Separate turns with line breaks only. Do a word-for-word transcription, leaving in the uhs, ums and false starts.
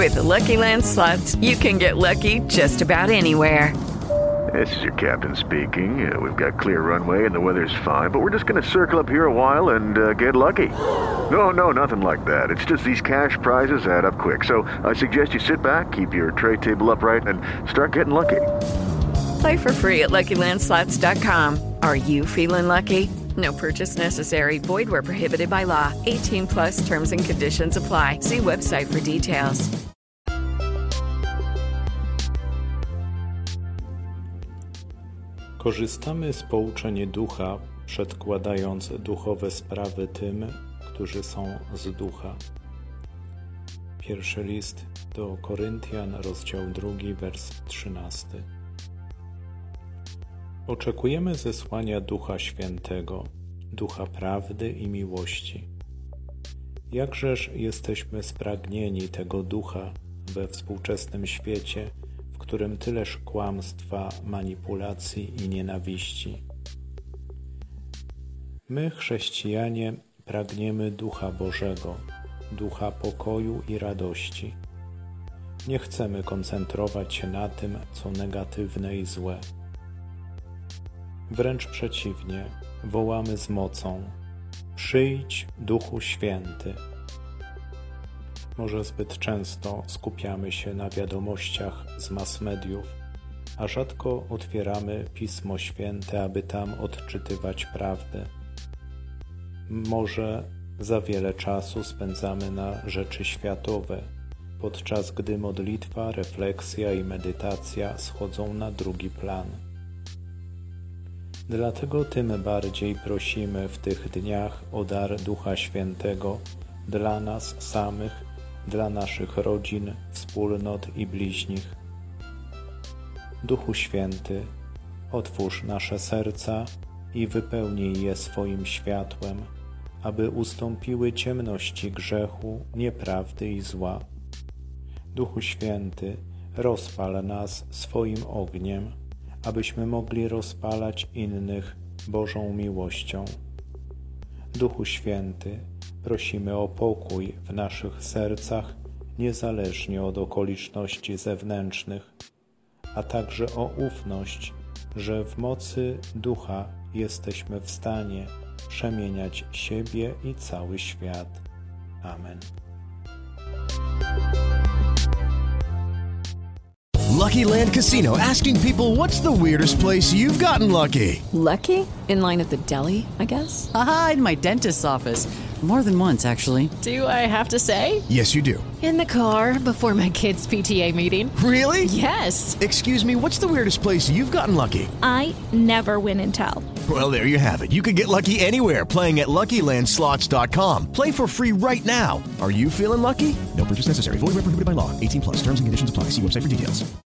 With the Lucky Land Slots, you can get lucky just about anywhere.
This is your captain speaking. Uh, we've got clear runway and the weather's fine, but we're just going to circle up here a while and uh, get lucky. No, no, nothing like that. It's just these cash prizes add up quick. So I suggest you sit back, keep your tray table upright, and start getting lucky.
Play for free at Lucky Land Slots dot com. Are you feeling lucky? No purchase necessary. Void where prohibited by law. eighteen plus terms and conditions apply. See website for details.
Korzystamy z pouczeń ducha, przedkładając duchowe sprawy tym, którzy są z ducha. Pierwszy list do Koryntian, rozdział drugi, wers trzynasty. Oczekujemy zesłania Ducha Świętego, Ducha Prawdy i Miłości. Jakżeż jesteśmy spragnieni tego Ducha we współczesnym świecie, w którym tyleż kłamstwa, manipulacji i nienawiści. My, chrześcijanie, pragniemy Ducha Bożego, Ducha pokoju i radości. Nie chcemy koncentrować się na tym, co negatywne i złe. Wręcz przeciwnie, wołamy z mocą: przyjdź, Duchu Święty. Może zbyt często skupiamy się na wiadomościach z mass mediów, a rzadko otwieramy Pismo Święte, aby tam odczytywać prawdę. Może za wiele czasu spędzamy na rzeczy światowe, podczas gdy modlitwa, refleksja i medytacja schodzą na drugi plan. Dlatego tym bardziej prosimy w tych dniach o dar Ducha Świętego dla nas samych, dla naszych rodzin, wspólnot i bliźnich. Duchu Święty, otwórz nasze serca i wypełnij je swoim światłem, aby ustąpiły ciemności grzechu, nieprawdy i zła. Duchu Święty, rozpal nas swoim ogniem, abyśmy mogli rozpalać innych Bożą miłością. Duchu Święty, prosimy o pokój w naszych sercach, niezależnie od okoliczności zewnętrznych, a także o ufność, że w mocy Ducha jesteśmy w stanie przemieniać siebie i cały świat. Amen.
Lucky Land Casino, asking people, what's the weirdest place you've gotten lucky?
Lucky? In line at the deli, I guess?
Aha, in my dentist's office. More than once, actually.
Do I have to say?
Yes, you do.
In the car before my kids' P T A meeting.
Really?
Yes.
Excuse me, what's the weirdest place you've gotten lucky?
I never win and tell.
Well, there you have it. You can get lucky anywhere, playing at Lucky Land Slots dot com. Play for free right now. Are you feeling lucky? No purchase necessary. Void where prohibited by law. eighteen plus. Terms and conditions apply. See website for details.